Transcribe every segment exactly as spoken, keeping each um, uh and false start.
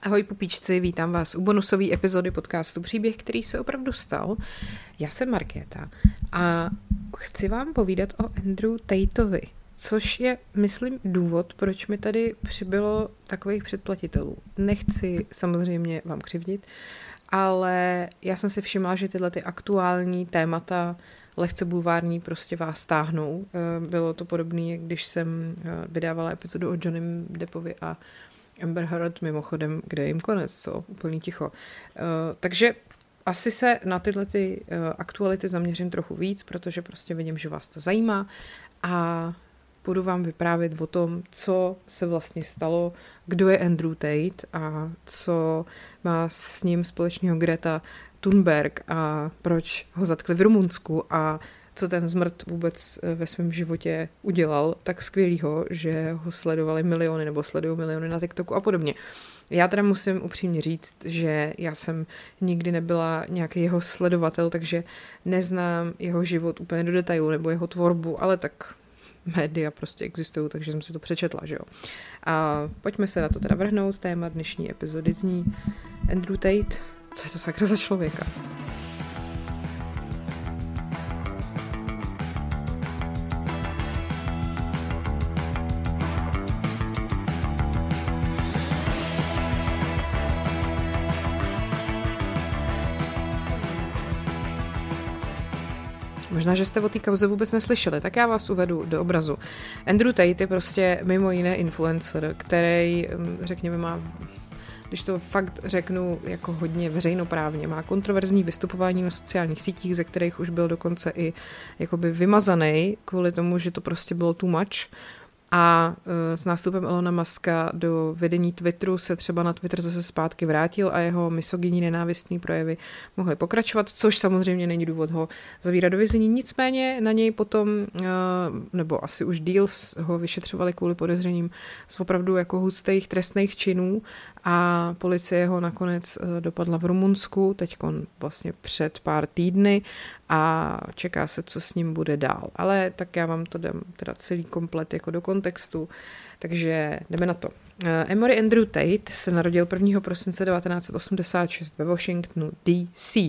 Ahoj pupíčci, vítám vás u bonusové epizody podcastu Příběh, který se opravdu stal. Já jsem Markéta a chci vám povídat o Andrew Tateovi, což je, myslím, důvod, proč mi tady přibylo takových předplatitelů. Nechci samozřejmě vám křivdit, ale já jsem si všimla, že tyhle ty aktuální témata lehce bulvární prostě vás táhnou. Bylo to podobné, jak když jsem vydávala epizodu o Johnnym Deppovi a Amber Heard, mimochodem, kde je jim konec, co? Úplný ticho. Uh, takže asi se na tyhle ty uh, aktuality zaměřím trochu víc, protože prostě vidím, že vás to zajímá a budu vám vyprávět o tom, co se vlastně stalo, kdo je Andrew Tate a co má s ním společného Greta Thunberg a proč ho zatkli v Rumunsku a co ten zmrt vůbec ve svém životě udělal tak skvělýho, že ho sledovali miliony nebo sledují miliony na TikToku a podobně. Já teda musím upřímně říct, že já jsem nikdy nebyla nějaký jeho sledovatel, takže neznám jeho život úplně do detailu nebo jeho tvorbu, ale tak média prostě existují, takže jsem si to přečetla, že jo. A pojďme se na to teda vrhnout. Téma dnešní epizody zní Andrew Tate. Co je to sakra za člověka? Možná, že jste o té kauze vůbec neslyšeli, tak já vás uvedu do obrazu. Andrew Tate je prostě mimo jiné influencer, který, řekněme, má, když to fakt řeknu jako hodně veřejnoprávně, má kontroverzní vystupování na sociálních sítích, ze kterých už byl dokonce i jakoby vymazaný kvůli tomu, že to prostě bylo too much. A s nástupem Elona Muska do vedení Twitteru se třeba na Twitter zase zpátky vrátil a jeho misogynní nenávistný projevy mohly pokračovat, což samozřejmě není důvod ho zavírat do vězení. Nicméně na něj potom, nebo asi už díl ho vyšetřovali kvůli podezřením z opravdu jako hustých trestných činů a policie ho nakonec dopadla v Rumunsku, teďkon vlastně před pár týdny a čeká se, co s ním bude dál. Ale tak já vám to dám teda celý komplet jako do kontextu, takže jdeme na to. Emory Andrew Tate se narodil prvního prosince devatenáct set osmdesát šest ve Washingtonu D C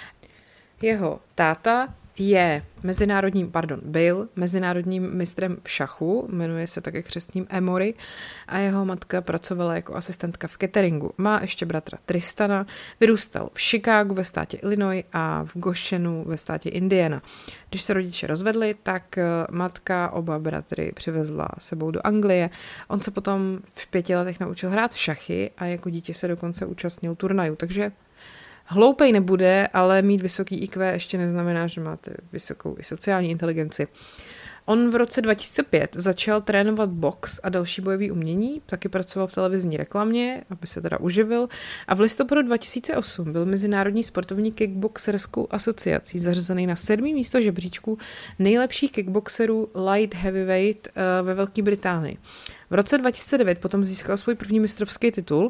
Jeho táta je mezinárodním, pardon, byl mezinárodním mistrem v šachu, jmenuje se také křestním Emory a jeho matka pracovala jako asistentka v cateringu. Má ještě bratra Tristana, vyrůstal v Chicagu ve státě Illinois a v Goshenu ve státě Indiana. Když se rodiče rozvedli, tak matka oba bratry přivezla sebou do Anglie. On se potom v pěti letech naučil hrát v šachy a jako dítě se dokonce účastnil turnajů, takže hloupej nebude, ale mít vysoký í kvé ještě neznamená, že máte vysokou i sociální inteligenci. On v roce dva tisíce pět začal trénovat box a další bojové umění, taky pracoval v televizní reklamě, aby se teda uživil a v listopadu dva tisíce osm byl Mezinárodní sportovní kickboxerskou asociací zařazený na sedmý místo žebříčku nejlepších kickboxerů light heavyweight ve Velké Británii. V roce dva tisíce devět potom získal svůj první mistrovský titul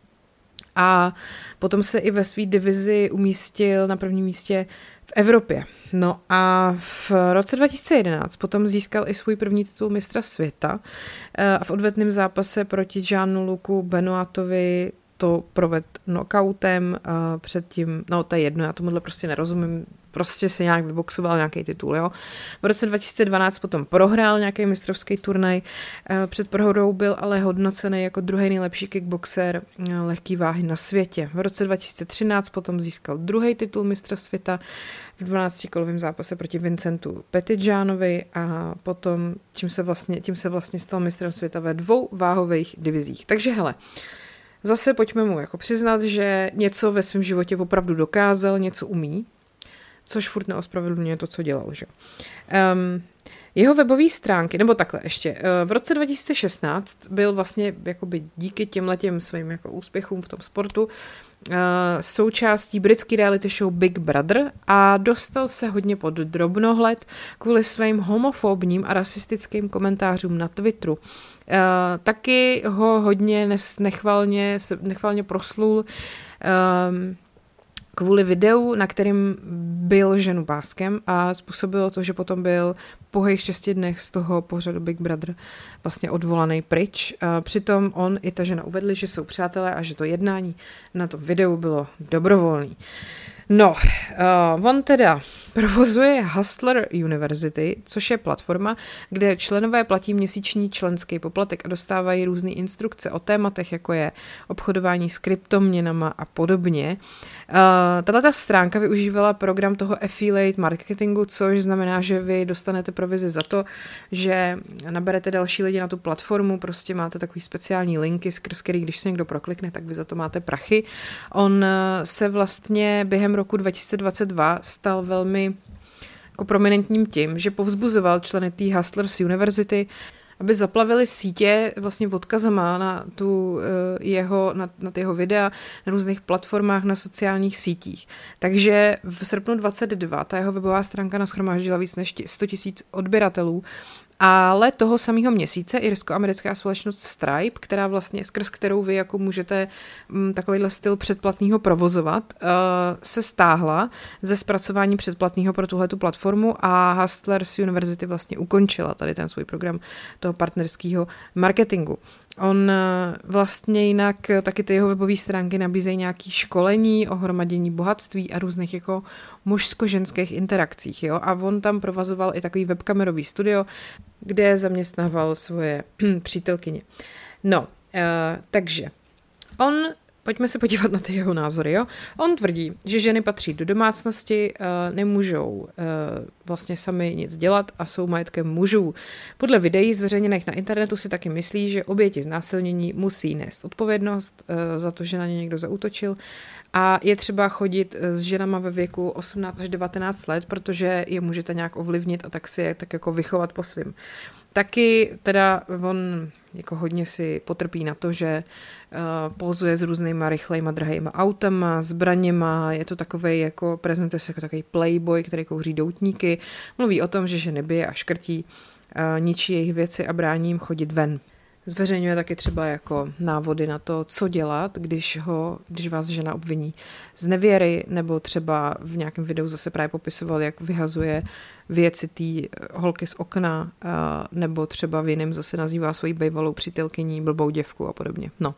a potom se i ve své divizi umístil na prvním místě v Evropě. No a v roce dva tisíce jedenáct potom získal i svůj první titul mistra světa a v odvetném zápase proti Jean-Lucu Benoitovi to proved knockoutem předtím, no to je jedno, já tomuhle prostě nerozumím, prostě se nějak vyboxoval nějaký titul, jo. V roce dva tisíce dvanáct potom prohrál nějaký mistrovský turnaj, před prohrou byl ale hodnocený jako druhý nejlepší kickboxer lehký váhy na světě. V roce dva tisíce třináct potom získal druhý titul mistra světa v dvanáctikolovém zápase proti Vincentu Petitjeanovi a potom tím se vlastně, tím se vlastně stal mistrem světa ve dvou váhových divizích. Takže hele, zase pojďme mu jako přiznat, že něco ve svém životě opravdu dokázal, něco umí, což furt neospravedlňuje to, co dělal. Že? Um, jeho webové stránky, nebo takhle ještě, v roce dva tisíce šestnáct byl vlastně jakoby díky těmhletěm svým jako úspěchům v tom sportu uh, součástí britský reality show Big Brother a dostal se hodně pod drobnohled kvůli svým homofobním a rasistickým komentářům na Twitteru. Uh, taky ho hodně nechvalně, nechvalně proslul um, kvůli videu, na kterým byl ženu páskem a způsobilo to, že potom byl pouhých šesti dnech z toho pořadu Big Brother vlastně odvolaný pryč. Přitom on i ta žena uvedli, že jsou přátelé a že to jednání na to videu bylo dobrovolný. No, uh, on teda provozuje Hustler University, což je platforma, kde členové platí měsíční členský poplatek a dostávají různé instrukce o tématech, jako je obchodování s kryptoměnama a podobně. Uh, tato stránka využívala program toho affiliate marketingu, což znamená, že vy dostanete provizi za to, že naberete další lidi na tu platformu, prostě máte takový speciální linky, skrz který, když se někdo proklikne, tak vy za to máte prachy. On se vlastně během roku dva tisíce dvacet dva stal velmi jako prominentním tím, že povzbuzoval členy té Hustlers University, aby zaplavili sítě vlastně odkazama na, tu, jeho, na, na jeho videa na různých platformách na sociálních sítích. Takže v srpnu dvacet dva ta jeho webová stránka nashromáždila víc než sto tisíc odběratelů. Ale toho samého měsíce irsko-americká společnost Stripe, která vlastně skrz kterou vy jako můžete m, takovýhle styl předplatného provozovat, uh, se stáhla ze zpracování předplatného pro tuhletu platformu a Hustlers University vlastně ukončila tady ten svůj program toho partnerského marketingu. On vlastně jinak taky ty jeho webové stránky nabízejí nějaké školení o hromadění bohatství a různých jako mužsko-ženských interakcích. Jo? A on tam provozoval i takový webkamerový studio, kde zaměstnával svoje přítelkyně. No, uh, takže on... Pojďme se podívat na ty jeho názory. Jo? On tvrdí, že ženy patří do domácnosti, nemůžou vlastně sami nic dělat a jsou majetkem mužů. Podle videí zveřejněných na internetu si taky myslí, že oběti znásilnění musí nést odpovědnost za to, že na ně někdo zaútočil a je třeba chodit s ženama ve věku osmnáct až devatenáct let, protože je můžete nějak ovlivnit a tak si je tak jako vychovat po svým. Taky teda on jako hodně si potrpí na to, že uh, pozuje s různýma rychlejma, drahýma autama, zbraněma, je to takovej jako, prezentuje se jako takový playboy, který kouří doutníky, mluví o tom, že ženy bije a škrtí, uh, ničí jejich věci a brání jim chodit ven. Zveřejňuje taky třeba jako návody na to, co dělat, když, ho, když vás žena obviní z nevěry, nebo třeba v nějakém videu zase právě popisoval, jak vyhazuje věci té holky z okna, nebo třeba v jiném zase nazývá svoji bývalou přítelkyní blbou děvku a podobně. No.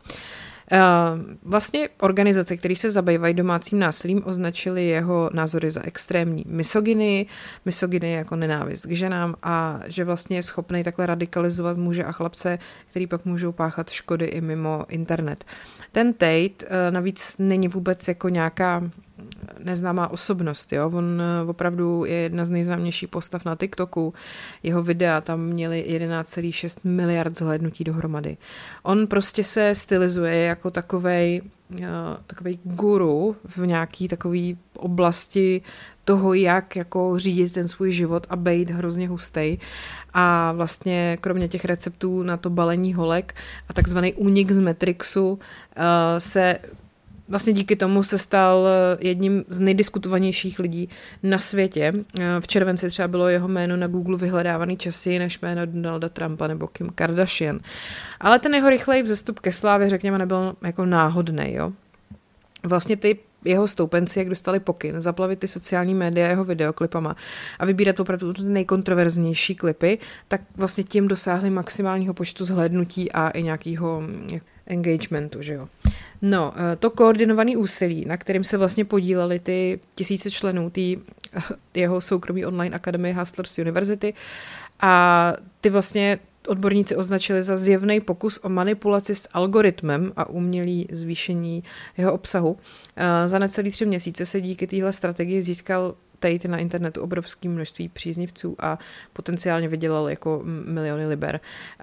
Vlastně organizace, které se zabývají domácím násilím, označily jeho názory za extrémní misogyny, misogyny jako nenávist k ženám a že vlastně je schopný takhle radikalizovat muže a chlapce, který pak můžou páchat škody i mimo internet. Ten Tate navíc není vůbec jako nějaká neznámá osobnost, jo? On opravdu je jedna z nejznámějších postav na TikToku. Jeho videa tam měly jedenáct celá šest miliard zhlédnutí dohromady. On prostě se stylizuje jako takovej, takovej guru v nějaký takový oblasti toho, jak jako řídit ten svůj život a bejt hrozně hustej. A vlastně kromě těch receptů na to balení holek a takzvaný únik z Matrixu se vlastně díky tomu se stal jedním z nejdiskutovanějších lidí na světě. V červenci třeba bylo jeho jméno na Google vyhledávaný častěji než jméno Donalda Trumpa nebo Kim Kardashian. Ale ten jeho rychlej vzestup ke slávě, řekněme, nebyl jako náhodný. Jo? Vlastně ty jeho stoupenci, jak dostali pokyn, zaplavit ty sociální média jeho videoklipama a vybírat opravdu nejkontroverznější klipy, tak vlastně tím dosáhli maximálního počtu zhlédnutí a i nějakého engagementu, že jo. No, to koordinované úsilí, na kterým se vlastně podíleli ty tisíce členů tý, jeho soukromý online akademie Hustlers University a ty vlastně odborníci označili za zjevný pokus o manipulaci s algoritmem a umělý zvýšení jeho obsahu. Za necelý tři měsíce se díky téhle strategii získal Tate na internetu obrovské množství příznivců a potenciálně vydělal jako miliony liber.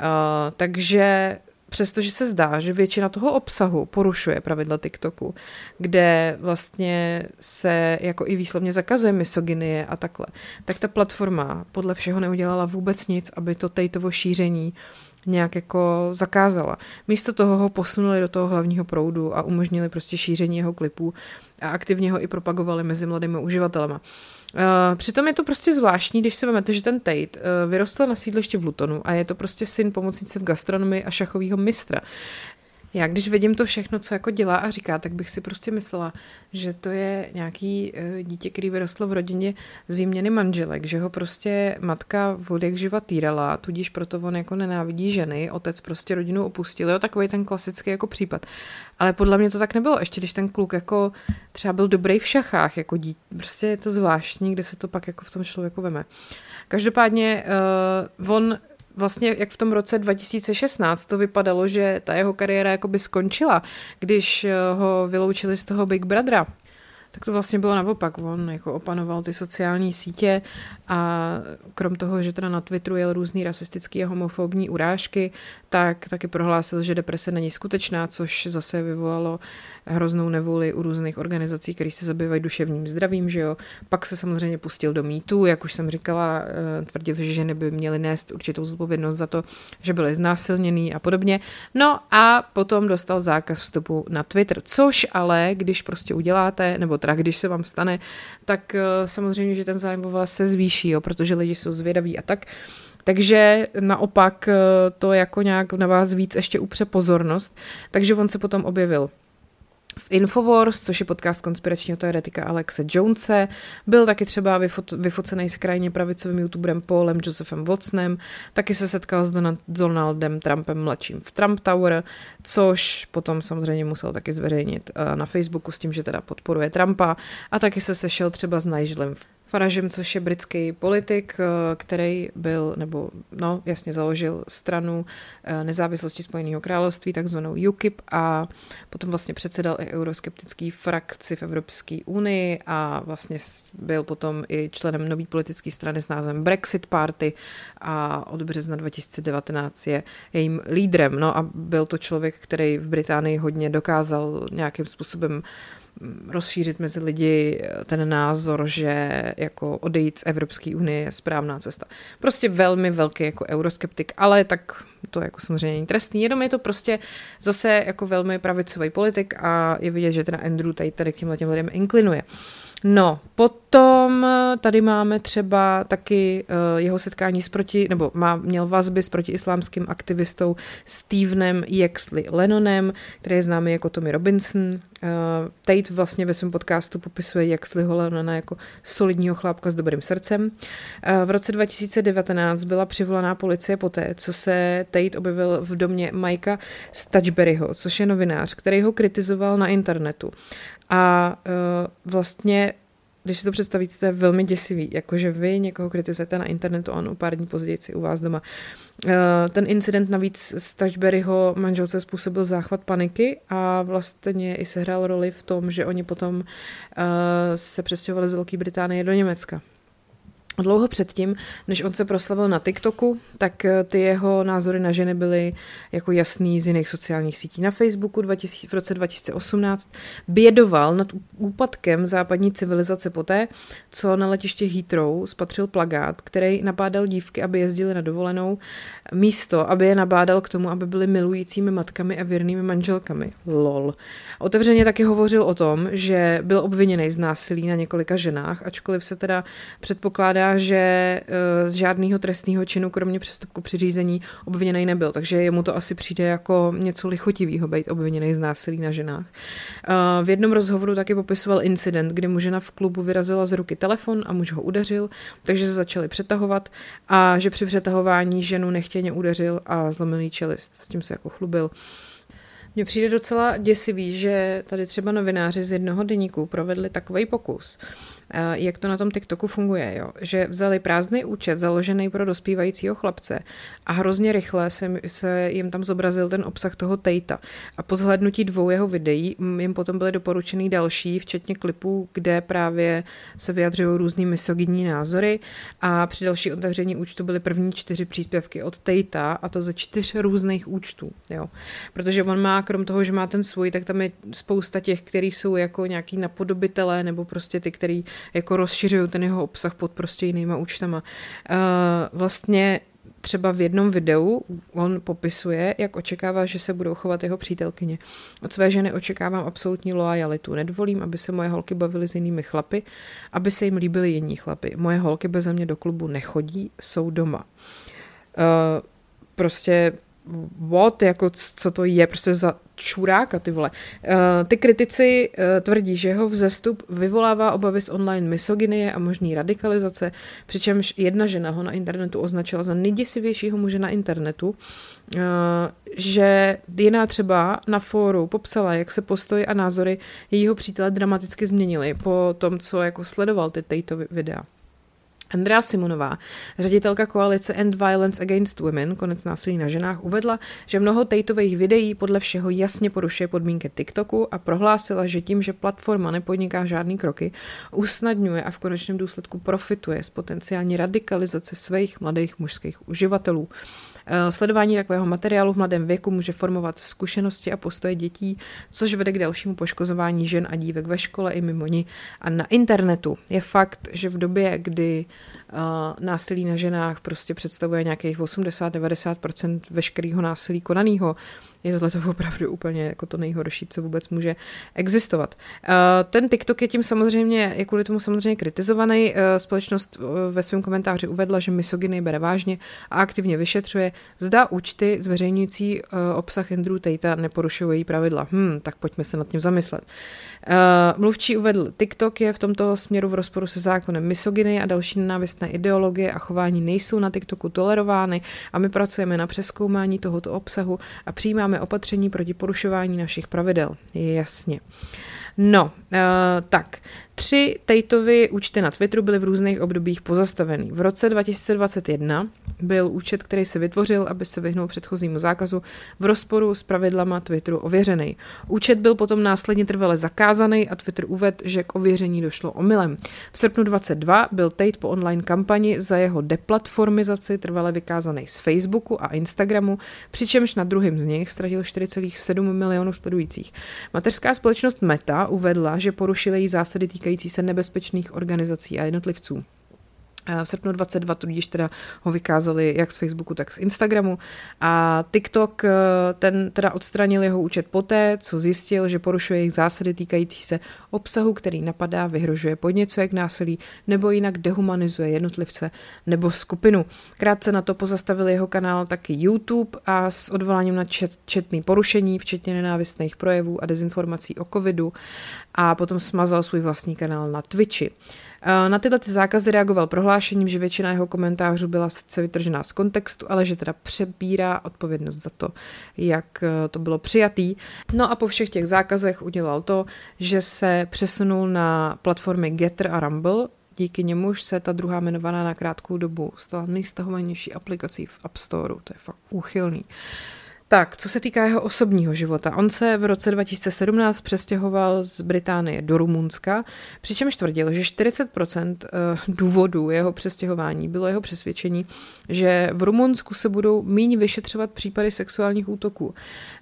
Takže přestože se zdá, že většina toho obsahu porušuje pravidla TikToku, kde vlastně se jako i výslovně zakazuje misogynie a takhle, tak ta platforma podle všeho neudělala vůbec nic, aby to Tateovo šíření nějak jako zakázala. Místo toho ho posunuli do toho hlavního proudu a umožnili prostě šíření jeho klipů a aktivně ho i propagovali mezi mladými uživatelema. Uh, přitom je to prostě zvláštní, když si vezmete, že ten Tate uh, vyrostl na sídlišti v Lutonu a je to prostě syn pomocnice v gastronomii a šachového mistra. Já když vidím to všechno, co jako dělá a říká, tak bych si prostě myslela, že to je nějaký uh, dítě, který vyrostlo v rodině z výměny manželek, že ho prostě matka od jak živa týrala, tudíž proto on jako nenávidí ženy, otec prostě rodinu opustil, jo, takový ten klasický jako případ. Ale podle mě to tak nebylo, ještě když ten kluk jako třeba byl dobrý v šachách, jako dítě, prostě je to zvláštní, kde se to pak jako v tom člověku veme. Každopádně uh, on vlastně jak v tom roce dva tisíce šestnáct to vypadalo, že ta jeho kariéra jakoby skončila, když ho vyloučili z toho Big Brothera. Tak to vlastně bylo naopak. On jako opanoval ty sociální sítě a krom toho, že teda na Twitteru jel různý rasistický a homofobní urážky, tak taky prohlásil, že deprese není skutečná, což zase vyvolalo hroznou nevůli u různých organizací, které se zabývají duševním zdravím, že jo. Pak se samozřejmě pustil do mýtu, jak už jsem říkala, tvrdil, že ženy by měly nést určitou zodpovědnost za to, že byly znásilněný a podobně. No a potom dostal zákaz vstupu na Twitter, což ale, když prostě uděláte, nebo teda když se vám stane, tak samozřejmě, že ten zájem o vás se zvýší, jo, protože lidi jsou zvědaví a tak. Takže naopak to jako nějak na vás víc ještě upře pozornost. Takže on se potom objevil v Infowars, což je podcast konspiračního teoretika Alexe Jonese, byl taky třeba vyfo- vyfocený s krajně pravicovým youtuberem Paulem Josephem Watsonem, taky se setkal s Donald- Donaldem Trumpem mladším v Trump Tower, což potom samozřejmě musel taky zveřejnit uh, na Facebooku s tím, že teda podporuje Trumpa, a taky se sešel třeba s Nigelem Faragem, což je britský politik, který byl, nebo no, jasně založil stranu nezávislosti Spojeného království, takzvanou U K I P, a potom vlastně předsedal i euroskeptický frakci v Evropské unii a vlastně byl potom i členem nový politické strany s názvem Brexit Party a od března dva tisíce devatenáct je jejím lídrem. No a byl to člověk, který v Británii hodně dokázal nějakým způsobem rozšířit mezi lidi ten názor, že jako odejít z Evropské unie je správná cesta. Prostě velmi velký jako euroskeptik, ale tak to jako samozřejmě není trestný, jenom je to prostě zase jako velmi pravicový politik a je vidět, že teda Andrew tady, tady k těmhle těm lidem inklinuje. No, potom tady máme třeba taky uh, jeho setkání s proti, nebo má, měl vazby s protiislámským aktivistou Stevenem Yaxley Lennonem, který je známý jako Tommy Robinson. Uh, Tate vlastně ve svém podcastu popisuje Yaxleyho Lennona jako solidního chlápka s dobrým srdcem. Uh, v roce dva tisíce devatenáct byla přivolaná policie poté, co se Tate objevil v domě Mikea Stuchberryho, což je novinář, který ho kritizoval na internetu. A uh, vlastně, když si to představíte, to je velmi děsivý, jakože vy někoho kritizujete na internetu a on o pár dní později si u vás doma. Uh, ten incident navíc Stuchberryho manželce způsobil záchvat paniky a vlastně i sehrál roli v tom, že oni potom uh, se přestěhovali z Velké Británie do Německa. Dlouho předtím, než on se proslavil na TikToku, tak ty jeho názory na ženy byly jako jasný z jiných sociálních sítí. Na Facebooku dva tisíce, v roce dva tisíce osmnáct bědoval nad úpadkem západní civilizace poté, co na letiště Heathrow spatřil plakát, který nabádal dívky, aby jezdily na dovolenou, místo, aby je nabádal k tomu, aby byly milujícími matkami a věrnými manželkami. Lol. Otevřeně taky hovořil o tom, že byl obviněný z násilí na několika ženách, ačkoliv se teda předpokládá, že z žádného trestného činu, kromě přestupku při řízení, obviněný nebyl. Takže jemu to asi přijde jako něco lichotivého být obviněný z násilí na ženách. V jednom rozhovoru taky popisoval incident, kdy mu žena v klubu vyrazila z ruky telefon a muž ho udeřil, takže se začali přetahovat a že při přetahování ženu nechtěně udeřil a zlomil jí čelist. S tím se jako chlubil. Mně přijde docela děsivý, že tady třeba novináři z jednoho deníku provedli takovej pokus, jak to na tom TikToku funguje, jo? Že vzali prázdný účet založený pro dospívajícího chlapce a hrozně rychle se, se jim tam zobrazil ten obsah toho Tatea. A po zhlédnutí dvou jeho videí jim potom byly doporučený další, včetně klipů, kde právě se vyjadřují různý misogynní názory, a při další otevření účtu byly první čtyři příspěvky od Tatea, a to ze čtyř různých účtů, jo? Protože on má, krom toho, že má ten svůj, tak tam je spousta těch, který jsou jako nějaký napodobitelé, nebo prostě ty, který jako rozšiřují ten jeho obsah pod prostě jinýma účtama. Uh, vlastně třeba v jednom videu on popisuje, jak očekává, že se budou chovat jeho přítelkyně. Od své ženy očekávám absolutní loajalitu. Nedovolím, aby se moje holky bavily s jinými chlapy, aby se jim líbily jiní chlapy. Moje holky beze mě do klubu nechodí, jsou doma. Uh, prostě what, jako co to je prostě za čuráka, ty vole. Uh, ty kritici uh, tvrdí, že jeho vzestup vyvolává obavy z online misogynie a možný radikalizace, přičemž jedna žena ho na internetu označila za nejděsivějšího muže na internetu, uh, že jiná třeba na fóru popsala, jak se postoje a názory jejího přítele dramaticky změnily po tom, co jako sledoval ty Tateovy videa. Andrea Simonová, ředitelka koalice End Violence Against Women, konec násilí na ženách, uvedla, že mnoho Tateových videí podle všeho jasně porušuje podmínky TikToku a prohlásila, že tím, že platforma nepodniká žádný kroky, usnadňuje a v konečném důsledku profituje z potenciální radikalizace svých mladých mužských uživatelů. Sledování takového materiálu v mladém věku může formovat zkušenosti a postoje dětí, což vede k dalšímu poškozování žen a dívek ve škole i mimo ní a na internetu. Je fakt, že v době, kdy uh, násilí na ženách prostě představuje nějakých osmdesát až devadesát procent veškerého násilí konaného, je tohle opravdu úplně jako to nejhorší, co vůbec může existovat. Ten TikTok je tím samozřejmě, je kvůli tomu samozřejmě kritizovaný. Společnost ve svém komentáři uvedla, že misogyny bere vážně a aktivně vyšetřuje. Zda účty zveřejňující obsah Andrew Tate neporušují pravidla. Hm, tak pojďme se nad tím zamyslet. Mluvčí uvedl, TikTok je v tomto směru v rozporu se zákonem misogyny a další nenávistné ideologie a chování nejsou na TikToku tolerovány a my pracujeme na přezkoumání tohoto obsahu a přijímáme opatření proti porušování našich pravidel. Je jasně. No, uh, tak. Tři Tateovy účty na Twitteru byly v různých obdobích pozastavený. V roce dva tisíce dvacet jedna byl účet, který se vytvořil, aby se vyhnul předchozímu zákazu, v rozporu s pravidlama Twitteru ověřený. Účet byl potom následně trvale zakázaný a Twitter uvedl, že k ověření došlo omylem. V srpnu dvacet dva byl Tate po online kampani za jeho deplatformizaci trvale vykázaný z Facebooku a Instagramu, přičemž na druhém z nich ztratil čtyři celá sedm milionů sledujících. Mateřská společnost Meta uvedla, že porušili její zásady týkající se nebezpečných organizací a jednotlivců. V srpnu dvacet dva tudíž teda ho vykázali jak z Facebooku, tak z Instagramu a TikTok ten teda odstranil jeho účet poté, co zjistil, že porušuje jejich zásady týkající se obsahu, který napadá, vyhrožuje, podněcuje k násilí nebo jinak dehumanizuje jednotlivce nebo skupinu. Krátce na to pozastavil jeho kanál taky YouTube a s odvoláním na čet, četný porušení, včetně nenávistných projevů a dezinformací o covidu a potom smazal svůj vlastní kanál na Twitchi. Na tyhle ty zákazy reagoval prohlášením, že většina jeho komentářů byla sice vytržená z kontextu, ale že teda přebírá odpovědnost za to, jak to bylo přijatý. No a po všech těch zákazech udělal to, že se přesunul na platformy Getter a Rumble, díky němuž se ta druhá jmenovaná na krátkou dobu stala nejstahovanější aplikací v App Storeu. To je fakt úchylný. Tak, co se týká jeho osobního života, on se v roce dva tisíce sedmnáct přestěhoval z Británie do Rumunska, přičemž tvrdil, že čtyřicet procent důvodů jeho přestěhování bylo jeho přesvědčení, že v Rumunsku se budou míň vyšetřovat případy sexuálních útoků.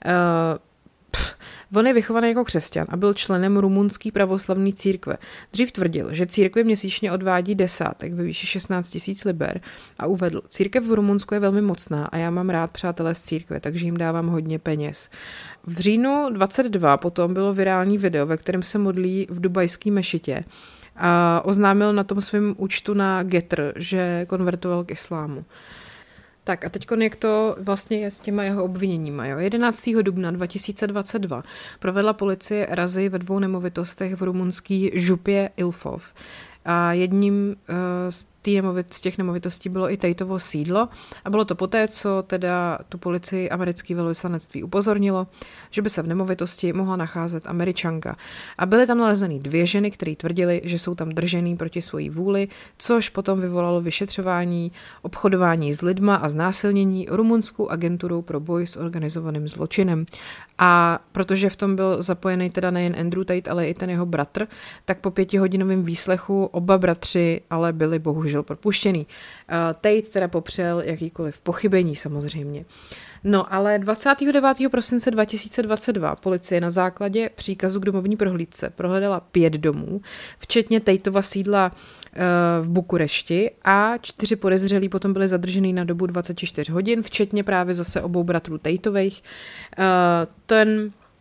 Pff, on je vychovaný jako křesťan a byl členem rumunské pravoslavné církve. Dřív tvrdil, že církve měsíčně odvádí desátek ve výši šestnáct tisíc liber a uvedl, církev v Rumunsku je velmi mocná a já mám rád přátelé z církve, takže jim dávám hodně peněz. V říjnu dvacet dva potom bylo virální video, ve kterém se modlí v dubajské mešitě a oznámil na tom svém účtu na Getter, že konvertoval k islámu. Tak a teď jak to vlastně je s těma jeho obviněníma. Jo? jedenáctého dubna dva tisíce dvacet dva provedla policie razy ve dvou nemovitostech v rumunský župě Ilfov. A jedním z, nemovit, z těch nemovitostí bylo i Tateovo sídlo a bylo to poté, co teda tu policii americké velvyslanectví upozornilo, že by se v nemovitosti mohla nacházet Američanka. A byly tam nalezeny dvě ženy, které tvrdily, že jsou tam držený proti svojí vůli, což potom vyvolalo vyšetřování, obchodování s lidma a znásilnění rumunskou agenturou pro boj s organizovaným zločinem. A protože v tom byl zapojený teda nejen Andrew Tate, ale i ten jeho bratr, tak po pětihodinovém výslechu oba bratři ale byli bohužel propuštěný. Tate teda popřel jakýkoliv pochybení samozřejmě. No ale dvacátého devátého prosince dva tisíce dvacet dva policie na základě příkazu k domovní prohlídce prohledala pět domů, včetně Tateova sídla v Bukurešti a čtyři podezřelí potom byli zadržený na dobu dvacet čtyři hodin, včetně právě zase obou bratrů Tateových. Ten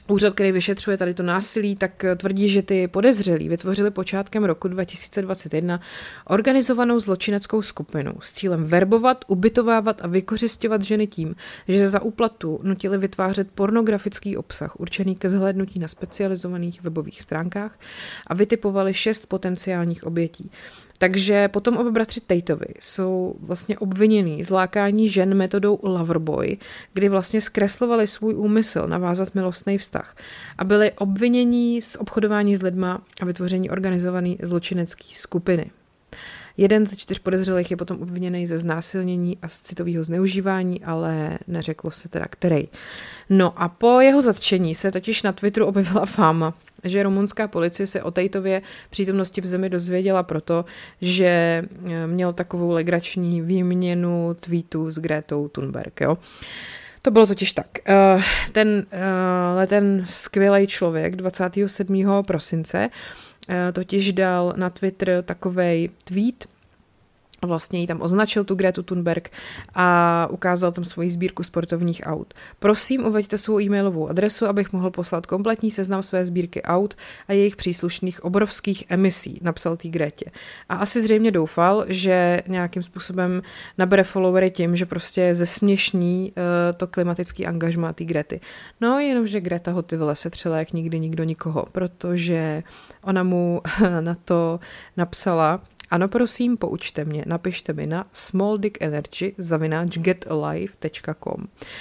Úřad, který vyšetřuje tady to násilí, tak tvrdí, že ty podezřelí vytvořili počátkem roku dva tisíce dvacet jedna organizovanou zločineckou skupinu s cílem verbovat, ubytovávat a vykořisťovat ženy tím, že za úplatu nutili vytvářet pornografický obsah určený ke zhlédnutí na specializovaných webových stránkách a vytipovali šest potenciálních obětí. Takže potom oba bratři Tateovi jsou vlastně obvinění z lákání žen metodou Loverboy, kdy vlastně zkreslovali svůj úmysl navázat milostný vztah a byli obvinění z obchodování s lidma a vytvoření organizované zločinecké skupiny. Jeden ze čtyř podezřelých je potom obviněný ze znásilnění a z citového zneužívání, ale neřeklo se teda který. No a po jeho zatčení se totiž na Twitteru objevila fáma, že rumunská policie se o Tateově přítomnosti v zemi dozvěděla proto, že měl takovou legrační výměnu tweetů s Gretou Thunberg, jo. To bylo totiž tak. Ten, ten skvělý člověk dvacátého sedmého prosince totiž dal na Twitter takovej tweet, vlastně ji tam označil tu Gretu Thunberg a ukázal tam svoji sbírku sportovních aut. Prosím, uveďte svou e-mailovou adresu, abych mohl poslat kompletní seznam své sbírky aut a jejich příslušných obrovských emisí, napsal tý Gretě. A asi zřejmě doufal, že nějakým způsobem nabere followery tím, že prostě zesměšní uh, to klimatický angažmá tý Grety. No, jenomže Greta ho ty vole setřela jak nikdy nikdo nikoho, protože ona mu na to napsala: ano, prosím, poučte mě, napište mi na smalldickenergy zavináč getalive tečka com.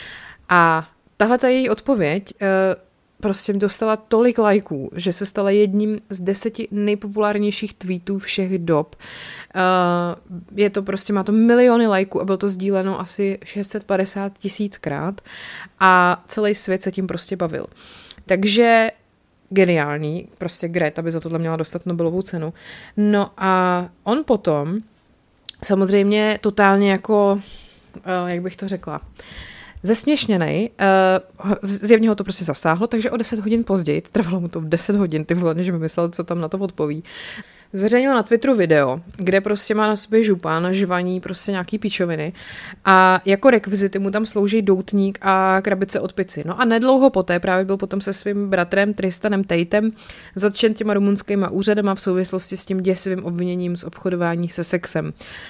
A tahle ta její odpověď e, prostě dostala tolik lajků, že se stala jedním z deseti nejpopulárnějších tweetů všech dob. E, je to prostě, má to miliony lajků a bylo to sdíleno asi šest set padesát tisíckrát a celý svět se tím prostě bavil. Takže geniální, prostě Greta by za tohle měla dostat Nobelovu cenu. No a on potom samozřejmě totálně jako, jak bych to řekla, zesměšněnej, zjevně ho to prostě zasáhlo, takže o deset hodin později, trvalo mu to v deset hodin, ty vole, než vymyslel, co tam na to odpoví, zveřejnil na Twitteru video, kde prostě má na sobě župán, žvaní prostě nějaký píčoviny a jako rekvizity mu tam slouží doutník a krabice od pici. No a nedlouho poté právě byl potom se svým bratrem Tristanem Tatem zatčen těma rumunskýma úřadama v souvislosti s tím děsivým obviněním z obchodování se sexem.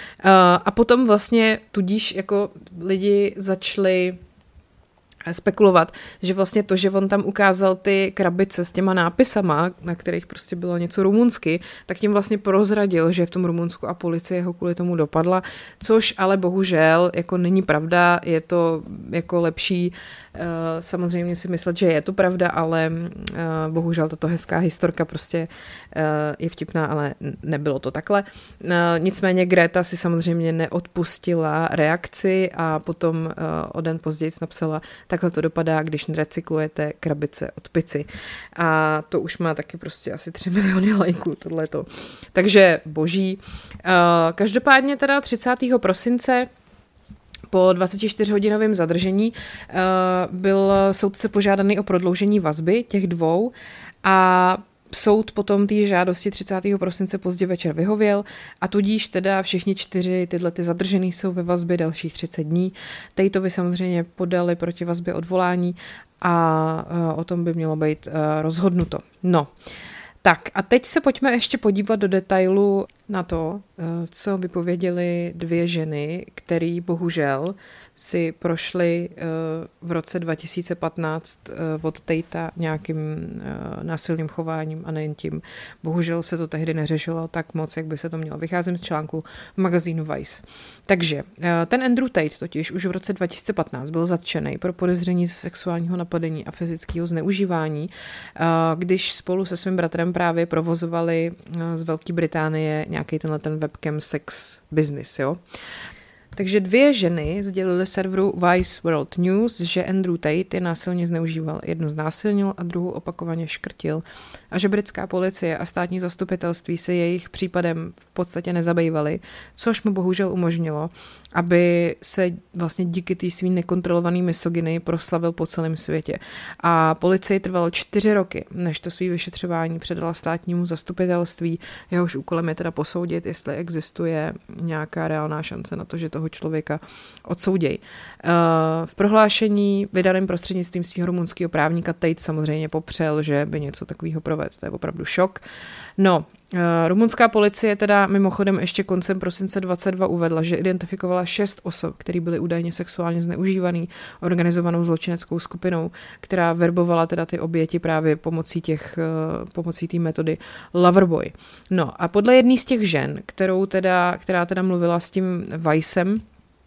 A potom vlastně tudíž jako lidi začali spekulovat, že vlastně to, že on tam ukázal ty krabice s těma nápisama, na kterých prostě bylo něco rumunsky, tak tím vlastně prozradil, že je v tom Rumunsku a policie ho kvůli tomu dopadla, což ale bohužel jako není pravda, je to jako lepší uh, samozřejmě si myslet, že je to pravda, ale uh, bohužel tato hezká historka prostě uh, je vtipná, ale nebylo to takhle. Uh, nicméně Greta si samozřejmě neodpustila reakci a potom uh, o den později napsala: takhle to dopadá, když nerecyklujete krabice od pici. A to už má taky prostě asi tři miliony lajků, tohleto. Takže boží. Každopádně teda třicátého prosince po dvacetičtyřhodinovém zadržení byl soudce požádaný o prodloužení vazby těch dvou a soud potom té žádosti třicátého prosince pozdě večer vyhověl a tudíž teda všichni čtyři tyhle ty zadržený jsou ve vazbě dalších třicet dní. Tateovi samozřejmě podali proti vazbě odvolání a o tom by mělo být rozhodnuto. No, tak a teď se pojďme ještě podívat do detailu na to, co vypověděly dvě ženy, které bohužel si prošly v roce dva tisíce patnáct od Tatea nějakým násilným chováním a nejen tím. Bohužel se to tehdy neřešilo tak moc, jak by se to mělo. Vycházím z článku v magazínu Vice. Takže ten Andrew Tate totiž už v roce dva tisíce patnáct byl zatčený pro podezření ze sexuálního napadení a fyzického zneužívání, když spolu se svým bratrem právě provozovali z Velké Británie nějaký tenhle ten webcam sex business, jo. Takže dvě ženy sdělily serveru Vice World News, že Andrew Tate je násilně zneužíval. Jednu znásilnil a druhou opakovaně škrtil. A že britská policie a státní zastupitelství se jejich případem v podstatě nezabývaly, což mu bohužel umožnilo, aby se vlastně díky té svý nekontrolované misogyny proslavil po celém světě. A policii trvalo čtyři roky, než to svý vyšetřování předala státnímu zastupitelství. Jehož úkolem je teda posoudit, jestli existuje nějaká reálná šance na to, že toho toho člověka odsouděj. V prohlášení vydaném prostřednictvím svého rumunského právníka Tate samozřejmě popřel, že by něco takového provedl. To je opravdu šok. No, rumunská policie teda mimochodem ještě koncem prosince dvacet dva uvedla, že identifikovala šest osob, které byly údajně sexuálně zneužívaný organizovanou zločineckou skupinou, která verbovala teda ty oběti právě pomocí těch, pomocí té metody Loverboy. No a podle jedné z těch žen, kterou teda, která teda mluvila s tím Weissem,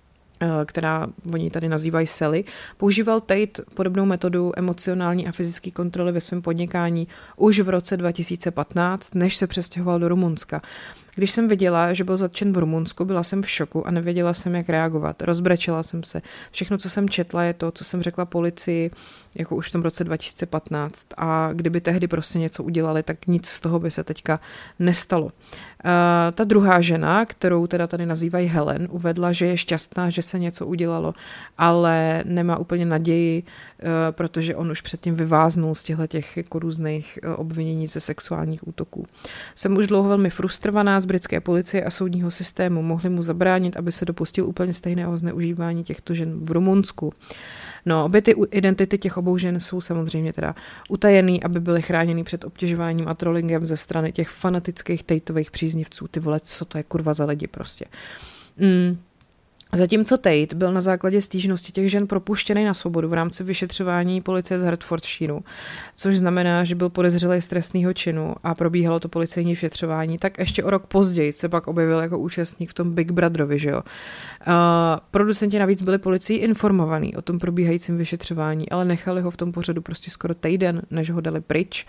která oni tady nazývají Sally, používal Tate podobnou metodu emocionální a fyzické kontroly ve svém podnikání už v roce dva tisíce patnáct, než se přestěhoval do Rumunska. Když jsem viděla, že byl zatčen v Rumunsku, byla jsem v šoku a nevěděla jsem, jak reagovat. Rozbrečela jsem se. Všechno, co jsem četla, je to, co jsem řekla policii, jako už v tom roce dva tisíce patnáct. A kdyby tehdy prostě něco udělali, tak nic z toho by se teďka nestalo. Uh, ta druhá žena, kterou teda tady nazývají Helen, uvedla, že je šťastná, že se něco udělalo, ale nemá úplně naději, uh, protože on už předtím vyváznul z těchto těch jako různých uh, obvinění ze sexuálních útoků. Jsem už dlouho velmi frustrovaná z britské policie a soudního systému. Mohli mu zabránit, aby se dopustil úplně stejného zneužívání těchto žen v Rumunsku. No, obě ty identity těch obou žen jsou samozřejmě teda utajený, aby byly chráněný před obtěžováním a trollingem ze strany těch fanatických Tateových příznivců. Ty vole, co to je kurva za lidi prostě. Mm. Zatímco Tate byl na základě stížnosti těch žen propuštěný na svobodu v rámci vyšetřování policie z Hertfordshireu, což znamená, že byl podezřelý z trestného činu a probíhalo to policejní vyšetřování, tak ještě o rok později se pak objevil jako účastník v tom Big Brotherovi, že jo. Uh, producenti navíc byli policií informovaní o tom probíhajícím vyšetřování, ale nechali ho v tom pořadu prostě skoro týden, než ho dali pryč.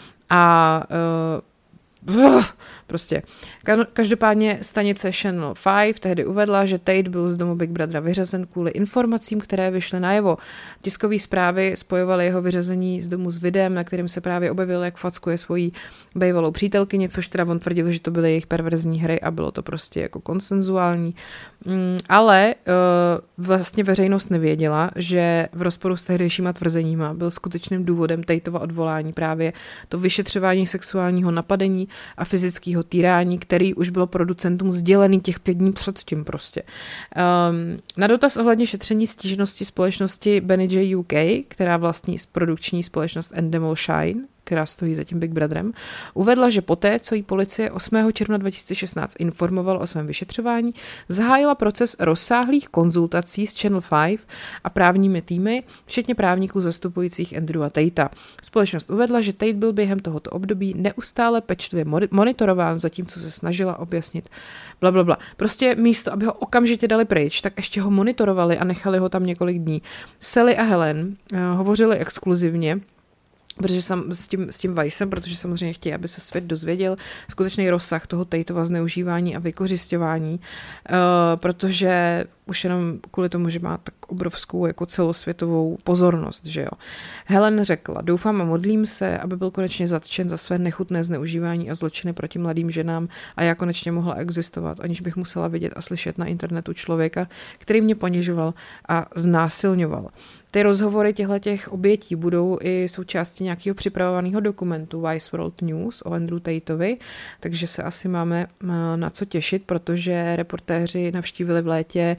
A uh, Uff, prostě. Každopádně stanice Channel pět tehdy uvedla, že Tate byl z domu Big Brothera vyřazen kvůli informacím, které vyšly najevo. Tiskové zprávy spojovaly jeho vyřazení z domu s videem, na kterém se právě objevil, jak fackuje svoji bývalou přítelkyni, což teda on tvrdil, že to byly jejich perverzní hry a bylo to prostě jako konsenzuální. Mm, ale uh, vlastně veřejnost nevěděla, že v rozporu s tehdejšíma tvrzeníma byl skutečným důvodem Tateova odvolání právě to vyšetřování sexuálního napadení a fyzického týrání, který už bylo producentům sdělený těch pět dní předtím prostě. Um, na dotaz ohledně šetření stížnosti společnosti Benny J U K, která vlastní produkční společnost Endemol Shine, která stojí za tím Big Brotherem, uvedla, že poté, co jí policie osmého června dva tisíce šestnáct informoval o svém vyšetřování, zahájila proces rozsáhlých konzultací s Channel pět a právními týmy, včetně právníků zastupujících Andrewa Tatea. Společnost uvedla, že Tate byl během tohoto období neustále pečlivě monitorován, zatímco se snažila objasnit blablabla. Prostě místo, aby ho okamžitě dali pryč, tak ještě ho monitorovali a nechali ho tam několik dní. Sally a Helen uh, hovořili exkluzivně, protože sam, s tím, s tím Weissem, protože samozřejmě chtějí, aby se svět dozvěděl skutečný rozsah toho Tateova zneužívání a vykořisťování, uh, protože už jenom kvůli tomu, že má tak obrovskou jako celosvětovou pozornost, že jo. Helen řekla, doufám a modlím se, aby byl konečně zatčen za své nechutné zneužívání a zločiny proti mladým ženám a já konečně mohla existovat, aniž bych musela vidět a slyšet na internetu člověka, který mě ponižoval a znásilňoval. Ty rozhovory těchto obětí budou i součástí nějakého připravovaného dokumentu Vice World News o Andrew Tateovi, takže se asi máme na co těšit, protože reportéři navštívili v létě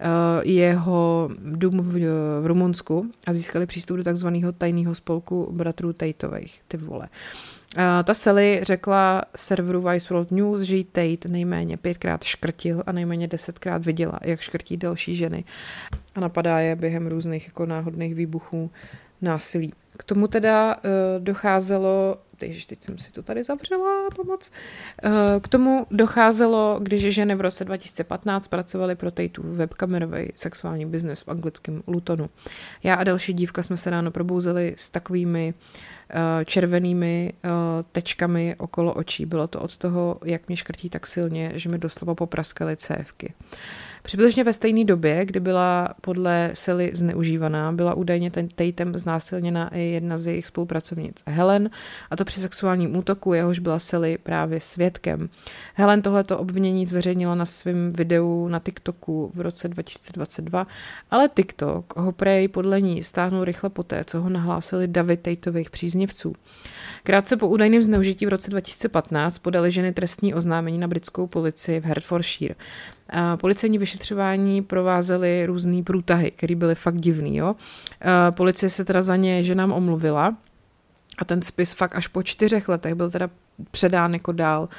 jeho dům v, v Rumunsku a získali přístup do takzvaného tajného spolku bratrů Tateových. Ty vole. Uh, ta Sally řekla serveru Vice World News, že jí Tate nejméně pětkrát škrtil a nejméně desetkrát viděla, jak škrtí další ženy a napadá je během různých jako náhodných výbuchů násilí. K tomu teda uh, docházelo, teď, teď jsem si to tady zavřela, pomoc, uh, k tomu docházelo, když ženy v roce dva tisíce patnáct pracovaly pro Tateův webkamerový sexuální biznes v anglickém Lutonu. Já a další dívka jsme se ráno probouzeli s takovými uh, červenými uh, tečkami okolo očí. Bylo to od toho, jak mě škrtí tak silně, že mi doslova popraskaly cévky. Přibližně ve stejné době, kdy byla podle Sally zneužívaná, byla údajně ten Tatem znásilněna i jedna z jejich spolupracovnic Helen, a to při sexuálním útoku, jehož byla Sally právě svědkem. Helen tohleto obvinění zveřejnila na svém videu na TikToku v roce dva tisíce dvacet dva, ale TikTok ho prej podle ní stáhnul rychle poté, co ho nahlásili davy Tateových příznivců. Krátce po údajném zneužití v roce dva tisíce patnáct podali ženy trestní oznámení na britskou policii v Hertfordshire. Policejní vyšetřování provázely různý průtahy, které byly fakt divný. Jo? Policie se teda za ně ženám omluvila a ten spis fakt až po čtyřech letech byl teda předán jako dál.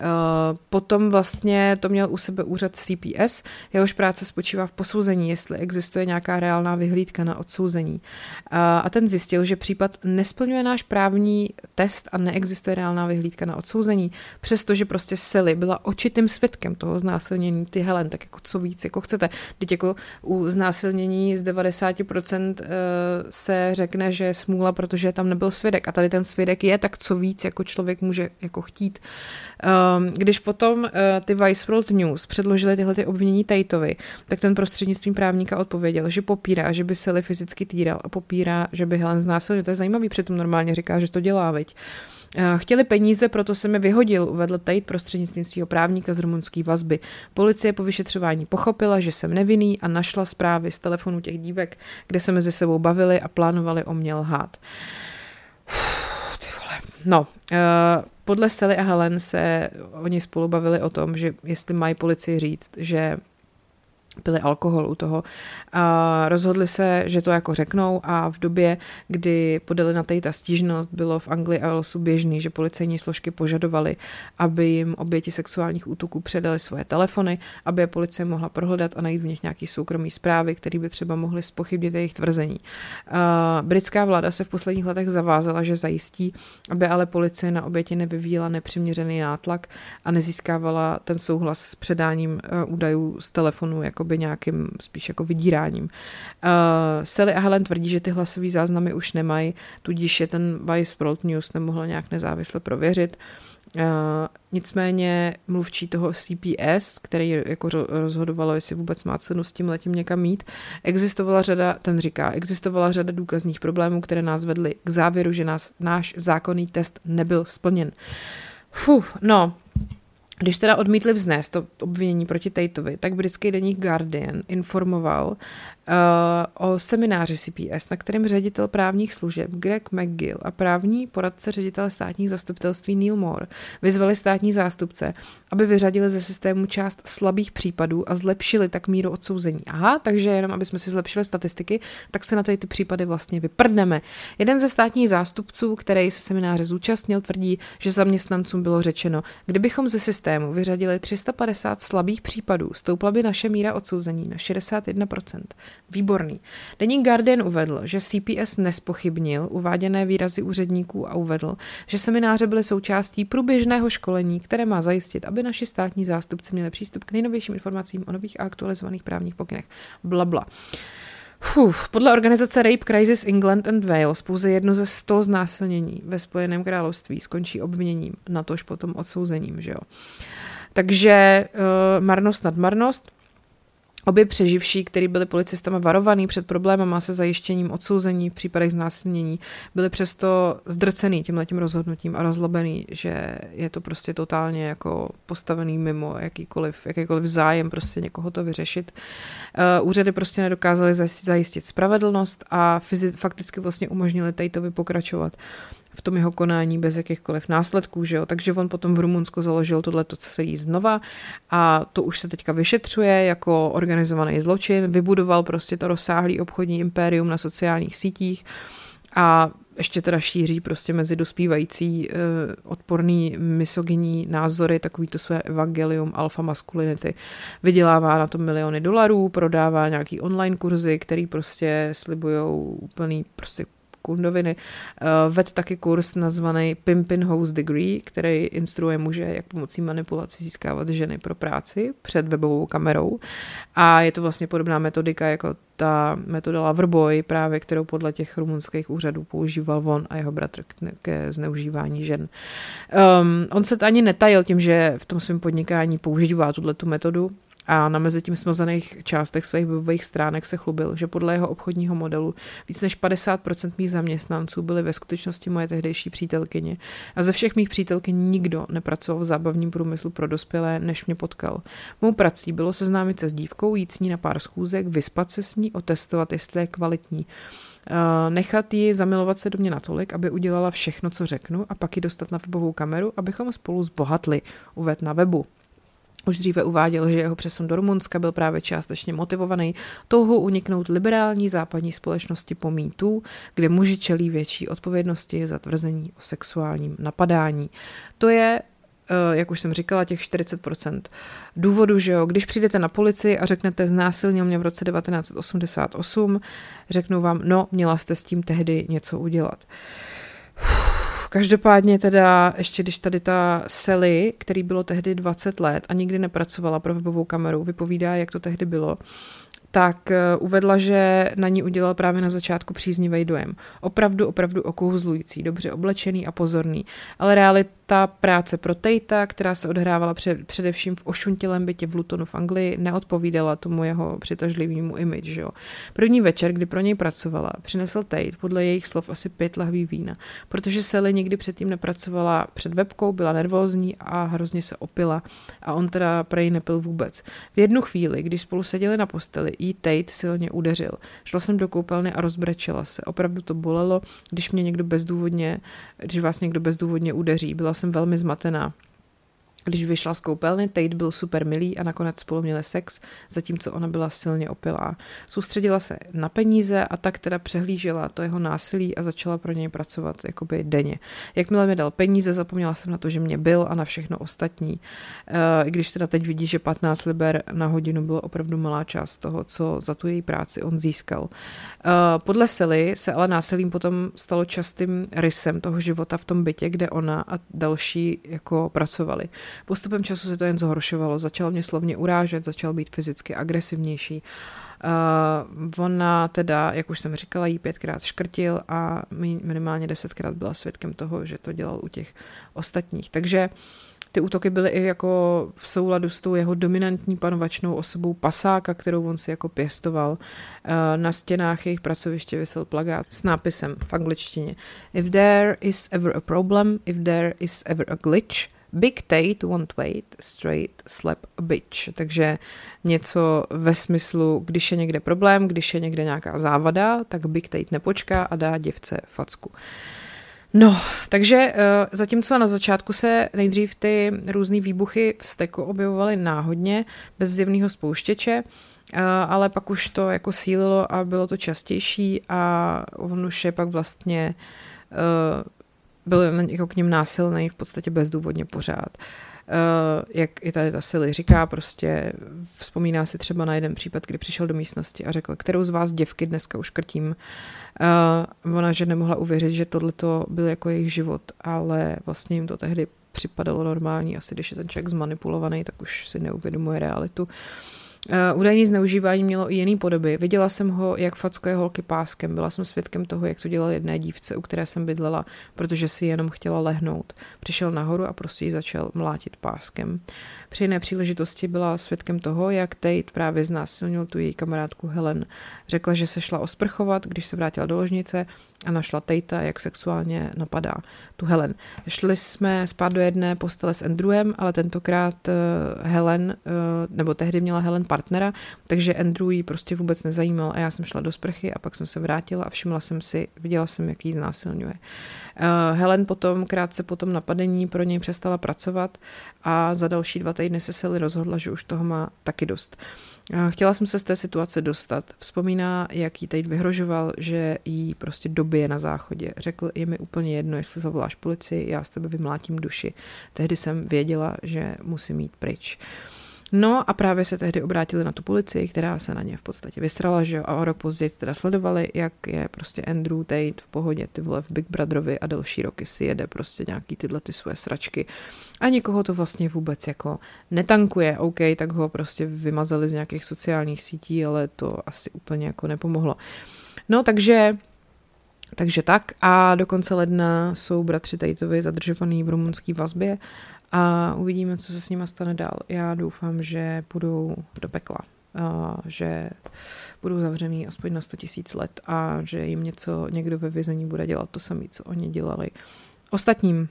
Potom vlastně to měl u sebe úřad C P S, jehož práce spočívá v posouzení, jestli existuje nějaká reálná vyhlídka na odsouzení. A ten zjistil, že případ nesplňuje náš právní test a neexistuje reálná vyhlídka na odsouzení, přestože prostě Sally byla očitým svědkem toho znásilnění. Ty Helen, tak jako co víc, jako chcete. Teď jako u znásilnění z devadesát procent se řekne, že je smůla, protože tam nebyl svědek. A tady ten svědek je, tak co víc jako člověk může jako chtít. Když potom ty Vice World News předložili tyhle ty obvinění Tateovi, tak ten prostřednictvím právníka odpověděl, že popírá, že by Sally fyzicky týral a popírá, že by Helen znásilnil. To je zajímavý, přitom normálně říká, že to dělá, viď. Chtěli peníze, proto se mi vyhodil, uvedl Tate prostřednictvím svého právníka z rumunské vazby. Policie po vyšetřování pochopila, že jsem nevinný a našla zprávy z telefonu těch dívek, kde se mezi sebou bavili a plánovali o mě lhát. Uf, ty vole. No, uh, podle Sally a Helen se oni spolu bavili o tom, že jestli mají policii říct, že pili alkohol u toho. A rozhodli se, že to jako řeknou a v době, kdy podali na Tate stížnost, bylo v Anglii a Walesu běžný, že policejní složky požadovaly, aby jim oběti sexuálních útoků předali svoje telefony, aby je policie mohla prohledat a najít v nich nějaký soukromý zprávy, které by třeba mohly zpochybnit jejich tvrzení. A britská vláda se v posledních letech zavázala, že zajistí, aby ale policie na oběti nevyvíjela nepřiměřený nátlak a nezískávala ten souhlas s předáním údajů z telefonu jako by nějakým spíš jako vydíráním. Uh, Sally a Helen tvrdí, že ty hlasový záznamy už nemají, tudíž je ten Vice World News nemohla nějak nezávisle prověřit. Uh, nicméně mluvčí toho C P S, který jako rozhodovalo, jestli vůbec má cenu s tím letím někam mít, existovala řada, ten říká, existovala řada důkazních problémů, které nás vedly k závěru, že nás, náš zákonný test nebyl splněn. Fuh, no, když teda odmítli vznést to obvinění proti Tateovi, tak britský deník Guardian informoval uh, o semináři C P S, na kterém ředitel právních služeb Greg McGill a právní poradce ředitele státních zastupitelství Neil Moore vyzvali státní zástupce, aby vyřadili ze systému část slabých případů a zlepšili tak míru odsouzení. Aha, takže jenom aby jsme si zlepšili statistiky, tak se na tady ty případy vlastně vyprdneme. Jeden ze státních zástupců, který se semináře zúčastnil, tvrdí, že zaměstnancům bylo řečeno, kdybychom ze systému vyřadili tři sta padesát slabých případů, stoupla by naše míra odsouzení na šedesát jedna procent. Výborný. Deník Guardian uvedl, že C P S nespochybnil uváděné výrazy úředníků a uvedl, že semináře byly součástí průběžného školení, které má zajistit, aby naši státní zástupci měli přístup k nejnovějším informacím o nových a aktualizovaných právních pokynech. Blabla. Fuh, podle organizace Rape Crisis England and Wales pouze jedno ze sto znásilnění ve Spojeném království skončí obviněním, natož potom odsouzením, že jo. Takže uh, marnost nad marnost. Obě přeživší, kteří byli policistama varovaní před problémama se zajištěním odsouzení v případech znásilnění, byli přesto zdrcený tímhletím rozhodnutím a rozlobený, že je to prostě totálně jako postavený mimo jakýkoliv, jakýkoliv zájem prostě někoho to vyřešit. Uh, úřady prostě nedokázaly zajistit spravedlnost a fyzi- fakticky vlastně umožnili Tateovi pokračovat v tom jeho konání bez jakýchkoliv následků, že jo? Takže on potom v Rumunsku založil tohleto celý znova a to už se teďka vyšetřuje jako organizovaný zločin, vybudoval prostě to rozsáhlý obchodní impérium na sociálních sítích a ještě teda šíří prostě mezi dospívající uh, odporný misogyní názory, takový to své evangelium alfa maskulinity. Vydělává na to miliony dolarů, prodává nějaký online kurzy, který prostě slibujou úplný prostě kundoviny. Uh, ved taky kurz nazvaný Pimpin' House Degree, který instruuje muže, jak pomocí manipulací získávat ženy pro práci před webovou kamerou. A je to vlastně podobná metodika jako ta metoda Loverboy, právě kterou podle těch rumunských úřadů používal on a jeho bratr ke zneužívání žen. Um, on se ani netajil tím, že v tom svém podnikání používá tuto metodu, a na mezi tím smazaných částech svých webových stránek se chlubil, že podle jeho obchodního modelu víc než padesát procent mých zaměstnanců byly ve skutečnosti moje tehdejší přítelkyně. A ze všech mých přítelkyň nikdo nepracoval v zábavním průmyslu pro dospělé, než mě potkal. Mou prací bylo seznámit se s dívkou, jít s ní na pár schůzek, vyspat se s ní, otestovat, jestli je kvalitní. Nechat ji zamilovat se do mě natolik, aby udělala všechno, co řeknu, a pak ji dostat na webovou kameru, abychom spolu zbohatli, uvedl na webu. Už dříve uváděl, že jeho přesun do Rumunska byl právě částečně motivovaný touhou uniknout liberální západní společnosti po mýtu, kde muži čelí větší odpovědnosti za tvrzení o sexuálním napadání. To je, jak už jsem říkala, těch čtyřicet procent důvodu, že jo, když přijdete na policii a řeknete znásilnil mě v roce devatenáct osmdesát osm, řeknou vám, no, měla jste s tím tehdy něco udělat. Každopádně teda, ještě když tady ta Sally, který bylo tehdy dvacet let a nikdy nepracovala pro webovou kameru, vypovídá, jak to tehdy bylo, tak uvedla, že na ní udělal právě na začátku příznivý dojem. Opravdu, opravdu okouzlující, dobře oblečený a pozorný. Ale realita práce pro Tatea, která se odhrávala před, především v ošuntělém bytě v Lutonu v Anglii, neodpovídala tomu jeho přitažlivému image. Že jo. První večer, kdy pro něj pracovala, přinesl Tate podle jejich slov asi pět lahví vína, protože Sally nikdy předtím nepracovala před webkou, byla nervózní a hrozně se opila a on teda prej nepil vůbec. V jednu chvíli, když spolu seděli na posteli, jí Tate silně udeřil. Šla jsem do koupelny a rozbrečela se. Opravdu to bolelo, když mě někdo bezdůvodně, když vás někdo bezdůvodně udeří. Byla jsem velmi zmatená. Když vyšla z koupelny, Tate byl super milý a nakonec spolu měli sex, zatímco ona byla silně opilá. Soustředila se na peníze a tak teda přehlížela to jeho násilí a začala pro něj pracovat jakoby denně. Jakmile mi dal peníze, zapomněla jsem na to, že mě byl a na všechno ostatní. I když teda teď vidí, že patnáct liber na hodinu bylo opravdu malá část toho, co za tu její práci on získal. Podle Sally se ale násilím potom stalo častým rysem toho života v tom bytě, kde ona a další jako pracovali. Postupem času se to jen zhoršovalo, začal mě slovně urážet, začal být fyzicky agresivnější. Uh, ona teda, jak už jsem říkala, jí pětkrát škrtil a minimálně desetkrát byla svědkem toho, že to dělal u těch ostatních. Takže ty útoky byly i jako v souladu s tou jeho dominantní panovačnou osobou pasáka, kterou on si jako pěstoval. Uh, na stěnách jejich pracoviště visel plakát s nápisem v angličtině If there is ever a problem, if there is ever a glitch, Big Tate won't wait, straight slap a bitch. Takže něco ve smyslu, když je někde problém, když je někde nějaká závada, tak Big Tate nepočká a dá děvce facku. No, takže zatímco na začátku se nejdřív ty různý výbuchy v steku objevovaly náhodně, bez zjevného spouštěče, ale pak už to jako sílilo a bylo to častější a on už je pak vlastně byl jako k ním násilný v podstatě bezdůvodně pořád. Uh, jak i tady ta Sally říká, prostě vzpomíná si třeba na jeden případ, kdy přišel do místnosti a řekl, kterou z vás děvky dneska už krtím. Uh, ona, že nemohla uvěřit, že tohleto byl jako jejich život, ale vlastně jim to tehdy připadalo normální. Asi když je ten člověk zmanipulovaný, tak už si neuvědomuje realitu. Uh, údajný zneužívání mělo i jiný podoby. Viděla jsem ho, jak fackuje holky páskem. Byla jsem svědkem toho, jak to dělal jedné dívce, u které jsem bydlela, protože si jenom chtěla lehnout. Přišel nahoru a prostě ji začal mlátit páskem. Při jiné příležitosti byla svědkem toho, jak Tate právě znásilnil tu její kamarádku Helen. Řekla, že se šla osprchovat, když se vrátila do ložnice a našla Tatea, jak sexuálně napadá tu Helen. Šli jsme spát do jedné postele s Andrewem, ale tentokrát Helen, nebo tehdy měla Helen partnera, takže Andrew ji prostě vůbec nezajímal a já jsem šla do sprchy a pak jsem se vrátila a všimla jsem si, viděla jsem, jak jí znásilňuje. Helen potom, krátce po tom napadení, pro něj přestala pracovat a za další dva týdny se Sally rozhodla, že už toho má taky dost. Chtěla jsem se z té situace dostat. Vzpomíná, jak jí Tate vyhrožoval, že jí prostě dobije na záchodě. Řekl, je mi úplně jedno, jestli zavoláš policii, já z tebe vymlátím duši. Tehdy jsem věděla, že musím jít pryč. No a právě se tehdy obrátili na tu policii, která se na ně v podstatě vysrala, že jo, a o rok později teda sledovali, jak je prostě Andrew Tate v pohodě, ty vole v Big Brotherovi a další roky si jede prostě nějaký tyhle ty svoje sračky a nikoho to vlastně vůbec jako netankuje, OK, tak ho prostě vymazali z nějakých sociálních sítí, ale to asi úplně jako nepomohlo. No takže takže tak a do konce ledna jsou bratři Tateovi zadržovaný v rumunské vazbě a uvidíme, co se s nima stane dál. Já doufám, že půjdou do pekla, a že budou zavřený aspoň na sto tisíc let a že jim něco někdo ve vězení bude dělat to samé, co oni dělali ostatním.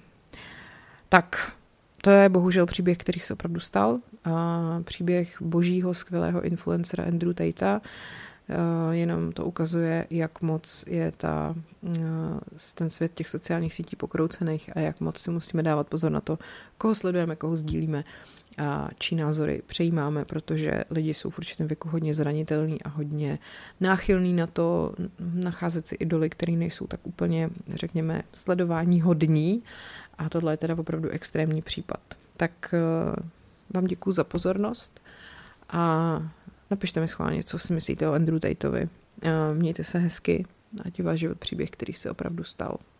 Tak, to je bohužel příběh, který se opravdu stal. A příběh božího skvělého influencera Andrew Tatea. jenom to ukazuje, jak moc je ta, ten svět těch sociálních sítí pokroucených a jak moc si musíme dávat pozor na to, koho sledujeme, koho sdílíme a čí názory přejímáme, protože lidi jsou v určitém věku hodně zranitelní a hodně náchylní na to nacházet si idoly, které nejsou tak úplně, řekněme, sledování hodní a tohle je teda opravdu extrémní případ. Tak vám děkuju za pozornost a napište mi schválně, co si myslíte o Andrew Tateovi. Mějte se hezky, ať je váš život příběh, který se opravdu stal.